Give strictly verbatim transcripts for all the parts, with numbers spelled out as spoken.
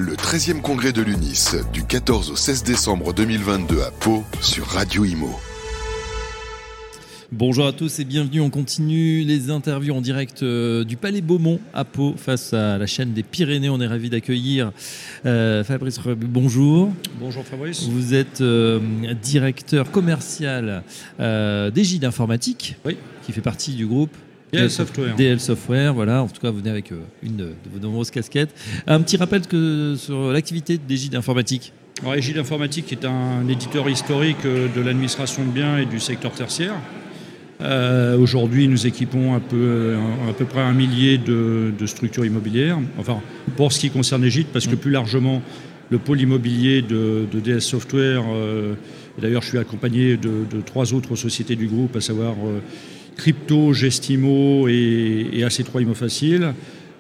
Le treizième congrès de l'U N I S, du quatorze au seize décembre deux mille vingt-deux à Pau, sur Radio Imo. Bonjour à tous et bienvenue. On continue les interviews en direct euh, du Palais Beaumont à Pau face à la chaîne des Pyrénées. On est ravis d'accueillir euh, Fabrice Rebu. Bonjour. Bonjour Fabrice. Vous êtes euh, directeur commercial euh, d'Égide Informatique, oui. qui fait partie du groupe D L Software. D L Software, voilà. En tout cas, vous venez avec euh, une de, de vos nombreuses casquettes. Un petit rappel que, sur l'activité d'Égide Informatique. Alors, Égide Informatique est un éditeur historique de l'administration de biens et du secteur tertiaire. Euh, aujourd'hui, nous équipons un peu, à peu près un millier de, de structures immobilières. Enfin, pour ce qui concerne Égide, parce que plus largement, le pôle immobilier de, de D L Software, euh, et d'ailleurs, je suis accompagné de, de trois autres sociétés du groupe, à savoir euh, Crypto, Gestimo et, et A C trois Imo Facile.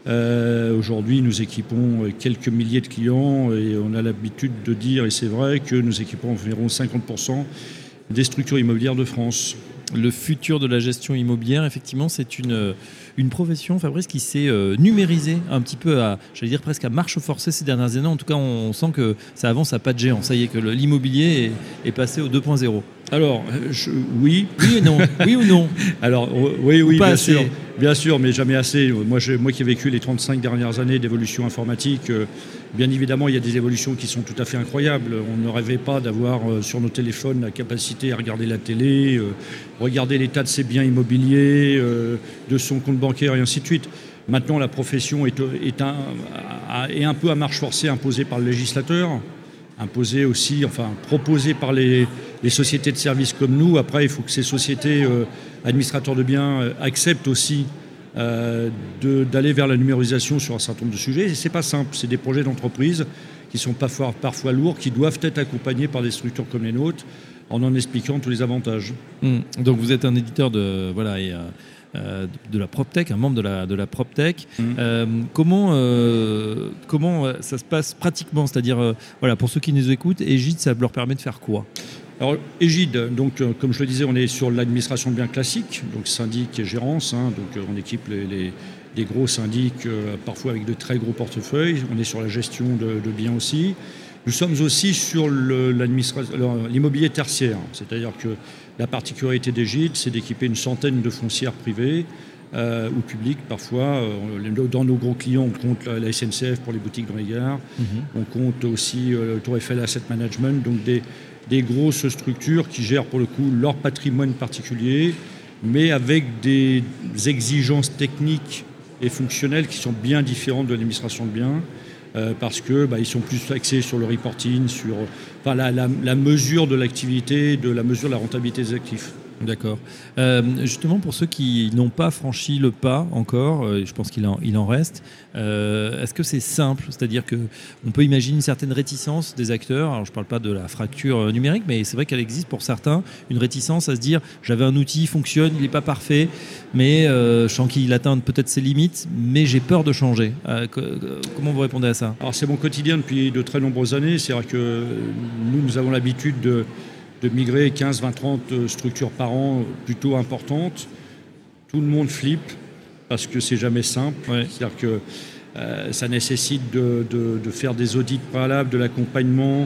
Euh, aujourd'hui, nous équipons quelques milliers de clients et on a l'habitude de dire, et c'est vrai, que nous équipons environ cinquante pour cent des structures immobilières de France. Le futur de la gestion immobilière, effectivement, c'est une, une profession, Fabrice, qui s'est euh, numérisée un petit peu à, j'allais dire presque à marche forcée ces dernières années. En tout cas, on, on sent que ça avance à pas de géant. Ça y est, que le, l'immobilier est, est passé au deux point zéro. Alors, je, oui. Oui et non. Oui ou non. Alors, oui, oui, ou pas bien assez. sûr. Bien sûr, mais jamais assez. Moi, je, moi qui ai vécu les trente-cinq dernières années d'évolution informatique, euh, bien évidemment, il y a des évolutions qui sont tout à fait incroyables. On ne rêvait pas d'avoir euh, sur nos téléphones la capacité à regarder la télé, euh, regarder l'état de ses biens immobiliers, euh, de son compte bancaire et ainsi de suite. Maintenant, la profession est, est, un, est un peu à marche forcée, imposée par le législateur, imposée aussi, enfin proposée par les, les sociétés de services comme nous. Après, il faut que ces sociétés euh, administrateurs de biens euh, acceptent aussi euh, de, d'aller vers la numérisation sur un certain nombre de sujets. Et c'est pas simple, c'est des projets d'entreprise qui sont parfois, parfois lourds, qui doivent être accompagnés par des structures comme les nôtres, en en expliquant tous les avantages. Mmh. Donc vous êtes un éditeur de voilà et, euh, de la PropTech, un membre de la de la PropTech. Mmh. Euh, comment euh, comment ça se passe pratiquement, c'est-à-dire euh, voilà pour ceux qui nous écoutent, Égide, ça leur permet de faire quoi? Alors Égide, donc euh, comme je le disais, on est sur l'administration de biens classique, donc syndic et gérance. Hein, donc euh, on équipe les, les, les gros syndics, euh, parfois avec de très gros portefeuilles. On est sur la gestion de, de biens aussi. Nous sommes aussi sur le, l'immobilier tertiaire, c'est-à-dire que la particularité d'Égide, c'est d'équiper une centaine de foncières privées euh, ou publiques parfois. Euh, dans nos gros clients, on compte la, la S N C F pour les boutiques dans les gares, mm-hmm. on compte aussi euh, le Tour Eiffel Asset Management, donc des, des grosses structures qui gèrent pour le coup leur patrimoine particulier, mais avec des exigences techniques et fonctionnelles qui sont bien différentes de l'administration de biens. Euh, parce que bah, ils sont plus axés sur le reporting, sur enfin, la, la, la mesure de l'activité, de la mesure de la rentabilité des actifs. D'accord. Euh, justement, pour ceux qui n'ont pas franchi le pas encore, euh, je pense qu'il en, il en reste, euh, est-ce que c'est simple? C'est-à-dire qu'on peut imaginer une certaine réticence des acteurs. Alors, je ne parle pas de la fracture numérique, mais c'est vrai qu'elle existe pour certains, une réticence à se dire j'avais un outil, il fonctionne, il n'est pas parfait, mais euh, je sens qu'il atteint peut-être ses limites, mais j'ai peur de changer. Euh, comment vous répondez à ça? Alors, c'est mon quotidien depuis de très nombreuses années. C'est-à-dire que nous, nous avons l'habitude de de migrer quinze, vingt, trente structures par an plutôt importantes. Tout le monde flippe parce que c'est jamais simple. Ouais. C'est-à-dire que euh, ça nécessite de, de, de faire des audits préalables, de l'accompagnement.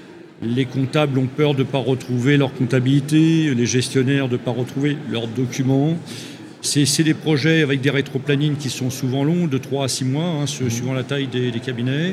Les comptables ont peur de ne pas retrouver leur comptabilité, les gestionnaires de ne pas retrouver leurs documents. C'est, c'est des projets avec des rétroplanings qui sont souvent longs, de trois à six mois, hein, mmh. suivant la taille des, des cabinets.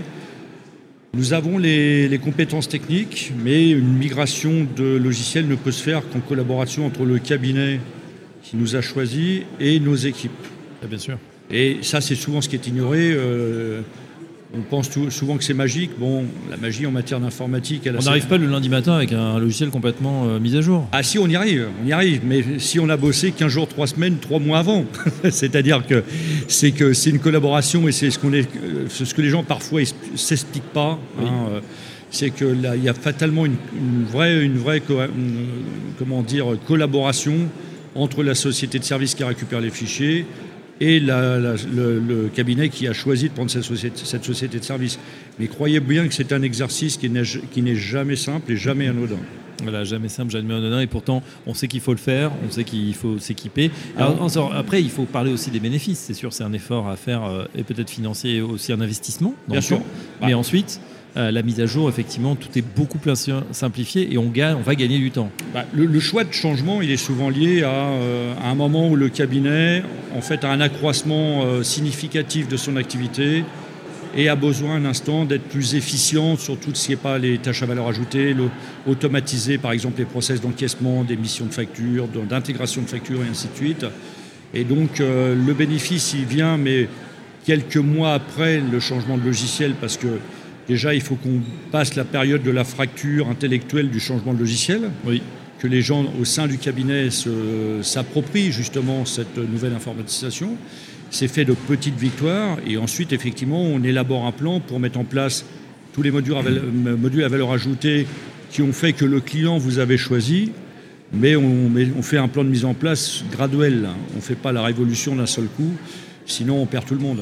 Nous avons les, les compétences techniques, mais une migration de logiciels ne peut se faire qu'en collaboration entre le cabinet qui nous a choisis et nos équipes. Ah, bien sûr. Et ça, c'est souvent ce qui est ignoré. Euh, on pense tout, souvent que c'est magique. Bon, la magie en matière d'informatique... Elle on n'arrive pas le lundi matin avec un logiciel complètement euh, mis à jour. Ah si, on y arrive, on y arrive. Mais si on a bossé quinze jours, trois semaines, trois mois avant. C'est-à-dire que c'est, que c'est une collaboration et c'est ce, qu'on est, ce que les gens parfois ne s'expliquent pas. Oui. Hein, c'est qu'il y a fatalement une, une vraie, une vraie une, comment dire, collaboration entre la société de service qui récupère les fichiers, et la, la, le, le cabinet qui a choisi de prendre cette société, cette société de service. Mais croyez bien que c'est un exercice qui n'est, qui n'est jamais simple et jamais anodin. Voilà, jamais simple, jamais anodin, et pourtant on sait qu'il faut le faire, on sait qu'il faut s'équiper. Alors, après, il faut parler aussi des bénéfices, c'est sûr, c'est un effort à faire, euh, et peut-être financier, et aussi un investissement. Dans bien sûr. Bah. Mais ensuite, euh, la mise à jour, effectivement, tout est beaucoup plus simplifié et on, gagne, on va gagner du temps. Bah, le, le choix de changement, il est souvent lié à, euh, à un moment où le cabinet, en fait, a un accroissement euh, significatif de son activité et a besoin un instant d'être plus efficient sur tout ce qui n'est pas les tâches à valeur ajoutée, le, automatiser par exemple les process d'encaissement, d'émission de factures, d'intégration de factures et ainsi de suite. Et donc euh, le bénéfice il vient, mais quelques mois après le changement de logiciel, parce que déjà il faut qu'on passe la période de la fracture intellectuelle du changement de logiciel, oui. que les gens au sein du cabinet se, s'approprient justement cette nouvelle informatisation. C'est fait de petites victoires et ensuite, effectivement, on élabore un plan pour mettre en place tous les modules à, valeur, modules à valeur ajoutée qui ont fait que le client vous avait choisi, mais on, mais on fait un plan de mise en place graduel. On ne fait pas la révolution d'un seul coup, sinon on perd tout le monde.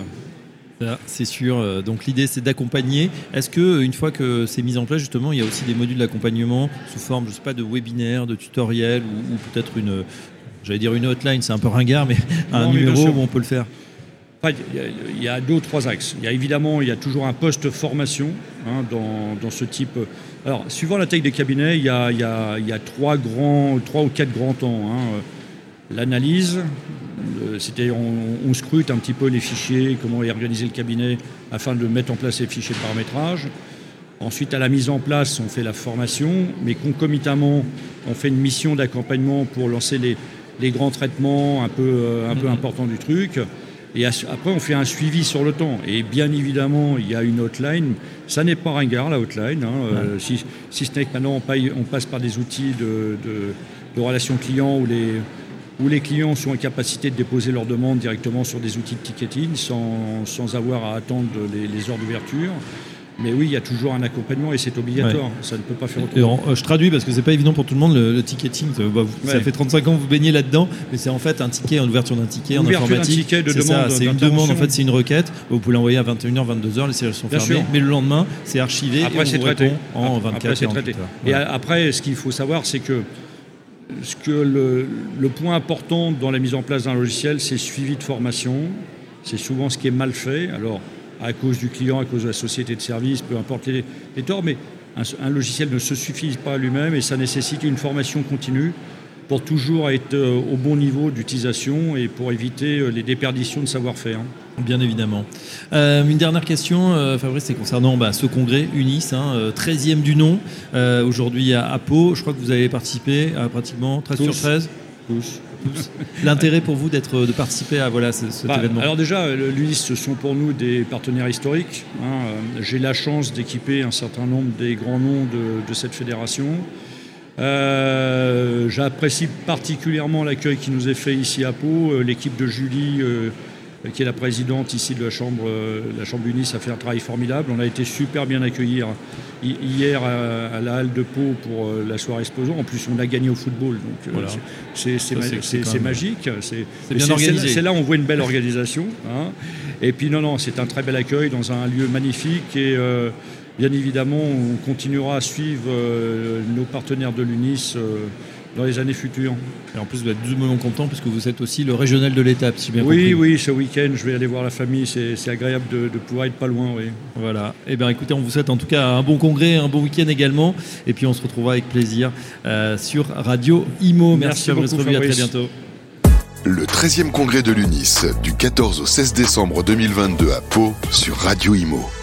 C'est sûr. Donc l'idée, c'est d'accompagner. Est-ce qu'une fois que c'est mis en place, justement, il y a aussi des modules d'accompagnement sous forme, je sais pas, de webinaires, de tutoriels ou, ou peut-être une... J'allais dire une hotline, c'est un peu ringard, mais un non, numéro où on peut le faire. Il y, y a deux ou trois axes. Il y a évidemment, il y a toujours un poste formation hein, dans, dans ce type. Alors, suivant la taille des cabinets, il y a, il y a, il y a trois, grands, trois ou quatre grands temps. Hein. L'analyse, c'est-à-dire on, on scrute un petit peu les fichiers, comment est organisé le cabinet afin de mettre en place les fichiers de paramétrage. Ensuite, à la mise en place, on fait la formation, mais concomitamment, on fait une mission d'accompagnement pour lancer les, les grands traitements un peu, euh, un mmh. peu importants du truc. Et après, on fait un suivi sur le temps. Et bien évidemment, il y a une hotline. Ça n'est pas ringard, la hotline. Hein. Ouais. Euh, si, si ce n'est que maintenant, on, paye, on passe par des outils de, de, de relations clients où les, où les clients sont en capacité de déposer leurs demandes directement sur des outils de ticketing sans, sans avoir à attendre les, les heures d'ouverture. Mais oui, il y a toujours un accompagnement et c'est obligatoire. Ouais. Ça ne peut pas faire autrement. Euh, je traduis parce que c'est pas évident pour tout le monde le, le ticketing. Ça, bah, vous, ouais. ça fait trente-cinq ans que vous baignez là-dedans, mais c'est en fait un ticket, une ouverture d'un ticket ouverture en informatique. D'un ticket de c'est demande, ça, c'est une demande. En fait, c'est une requête. Vous pouvez l'envoyer à vingt et une heures, vingt-deux heures, les sièges sont Bien fermés. Sûr. Mais le lendemain, c'est archivé. Après, et c'est on traité. Répond en après, vingt-quatre c'est traité. heures. Et voilà. Après, ce qu'il faut savoir, c'est que ce que le, le point important dans la mise en place d'un logiciel, c'est suivi de formation. C'est souvent ce qui est mal fait. Alors, à cause du client, à cause de la société de service, peu importe les, les torts, mais un, un logiciel ne se suffit pas à lui-même et ça nécessite une formation continue pour toujours être euh, au bon niveau d'utilisation et pour éviter euh, les déperditions de savoir-faire. Bien évidemment. Euh, une dernière question, euh, Fabrice, c'est concernant bah, ce congrès UNIS, hein, euh, treizième du nom, euh, aujourd'hui à, à Pau. Je crois que vous avez participé à pratiquement treize sur treize. Tous. L'intérêt pour vous d'être, de participer à voilà, ce, cet bah, événement? Alors déjà, l'UNIS, ce sont pour nous des partenaires historiques. Hein. J'ai la chance d'équiper un certain nombre des grands noms de, de cette fédération. Euh, j'apprécie particulièrement l'accueil qui nous est fait ici à Pau. L'équipe de Julie, euh, qui est la présidente ici de la Chambre, euh, la Chambre UNIS, a fait un travail formidable. On a été super bien accueillis hier à, à la Halle de Pau pour euh, la soirée Explosion. En plus, on a gagné au football, donc euh, voilà. c'est, c'est, c'est, c'est, c'est magique. C'est, c'est bien organisé. C'est, c'est là où on voit une belle organisation. Hein. Et puis non, non, c'est un très bel accueil dans un lieu magnifique et euh, bien évidemment, on continuera à suivre euh, nos partenaires de l'UNIS euh, dans les années futures. Et en plus, vous êtes doublement content puisque vous êtes aussi le régional de l'étape, si j'ai bien oui, compris. Oui, ce week-end, je vais aller voir la famille. C'est, c'est agréable de, de pouvoir être pas loin. Oui. Voilà. Eh bien, écoutez, on vous souhaite en tout cas un bon congrès, un bon week-end également. Et puis, on se retrouvera avec plaisir euh, sur Radio Imo. Merci, Merci beaucoup, Fabrice. À très bientôt. Le treizième congrès de l'UNIS, du quatorze au seize décembre deux mille vingt-deux à Pau, sur Radio Imo.